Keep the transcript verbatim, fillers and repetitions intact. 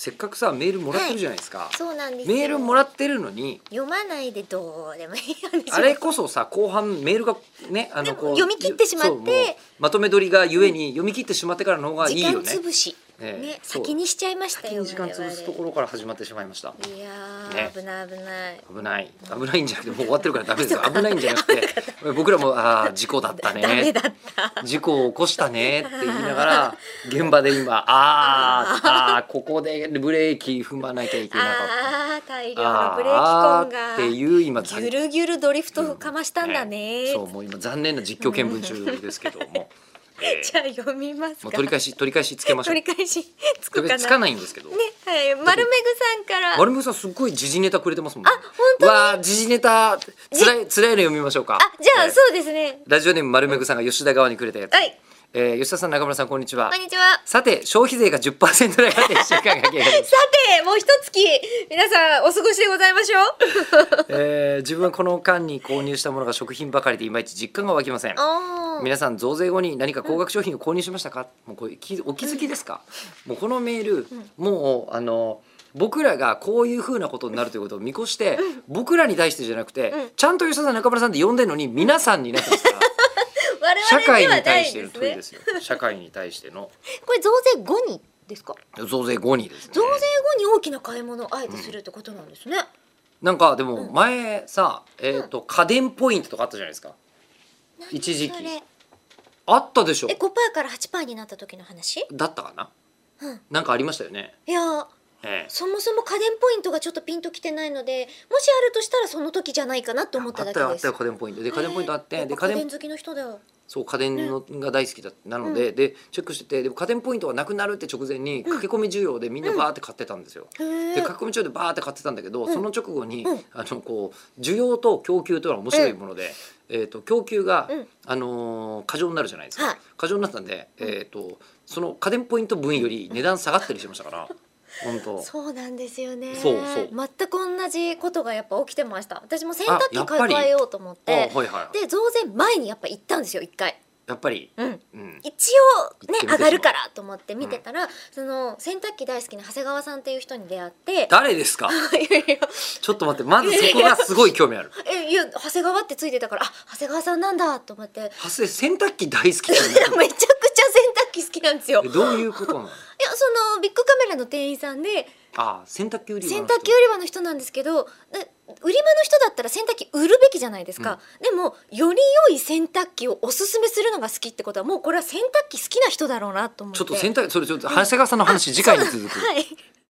せっかくさメールもらってるじゃないですか、 はい、そうなんですよ。 メールもらってるのに読まないでどうでもいいよね。 あれこそさ後半メールがねあのこう読み切ってしまってまとめ撮りがゆえに読み切ってしまってからの方がいいよね。 時間潰し、 ねね、先にしちゃいましたよ。 時間潰すところから始まってしまいました。 いやー、 ね、 危ない危ない危ない危ないんじゃなくてもう終わってるからダメですよ。危ないんじゃなくて僕らもああ事故だったねダメだった事故を起こしたねって言いながら現場で今あーあーここでブレーキ踏まなきゃいけなかったあー大量のブレーキ痕がっていう今ギュルギュルドリフトかましたんだね、 うんね、そうもう今残念な実況見分中ですけどもえー、 じゃあ読みますか。 もう取り返し取り返しつけましょう。 取り返しつくかな。 つかないんですけどね。 はい、丸めぐさんから丸めぐさんすっごい時事ネタくれてますもんね。 あ、本当に。 わあ時事ネタつらいつらいの読みましょうか。 あ、じゃあ、えー、そうですね。 ラジオネーム丸めぐさんが吉田川にくれたやつ。 はい。 えー、吉田さん中村さんこんにちは。 こんにちは。 さて消費税が じゅっパーセント で上がっていっしゅうかんが経過さてもう一月皆さんお過ごしでございましょう、 えー、自分はこの間に購入したものが食品ばかりでいまいち実感が湧きません。皆さん増税後に何か高額商品を購入しましたか、うん、もうこれお気づきですか、うん、もうこのメール、うん、もうあの僕らがこういう風なことになるということを見越して、うん、僕らに対してじゃなくて、うん、ちゃんと吉田さん中村さんって呼んでるのに皆さんになってますから社会に対しての問いですよ。社会に対してのこれ増税後にですか。 増税後にですね。 増税後に大きな買い物をあえてするってことなんですね、うん、 なんかでも前さ、うん、えーと家電ポイントとかあったじゃないですか。一時期あったでしょ。 え ごパーセント から はちパーセント になった時の話だったかな、うん、なんかありましたよね。 いやええ、そもそも家電ポイントがちょっとピンときてないのでもしあるとしたらその時じゃないかなと思っただけです。 あったよあったよ家電ポイントで家電ポイントあって、で家電好きの人だよ。 そう家電のが大好きだなので、うん、でチェックしててでも家電ポイントがなくなるって直前に駆け込み需要でみんなバーって買ってたんですよ、うん、で駆け込み需要でバーって買ってたんだけど、うん、その直後に、うん、あのこう需要と供給というのは面白いもので、うんえー、と供給が、うんあのー、過剰になるじゃないですか、はい、過剰になったんで、えー、とその家電ポイント分より値段下がったりしましたから本当そうなんですよね。 そうそう全く同じことがやっぱ起きてました。私も洗濯機買い替えようと思って、はいはい、で増税前にやっぱ行ったんですよ一回。やっぱり、うんうん、一応ね上がるからと思って見てたら、うん、その洗濯機大好きな長谷川さんっていう人に出会って。 誰ですかいやいやちょっと待ってまずそこがすごい興味ある。 えいや長谷川ってついてたからあ長谷川さんなんだと思って。 長谷洗濯機大好きめちゃくちゃ洗濯機好きなんですよ。 どういうことなの。いやそのビッグカメラの店員さんであ洗濯機売り場の人洗濯機売り場の人なんですけど売り場の人だったら洗濯機売るべきじゃないですか、うん、でもより良い洗濯機をおすすめするのが好きってことはもうこれは洗濯機好きな人だろうなと思って。 ちょっと洗濯それちょっと長谷川さんの話次回に続く、 はい、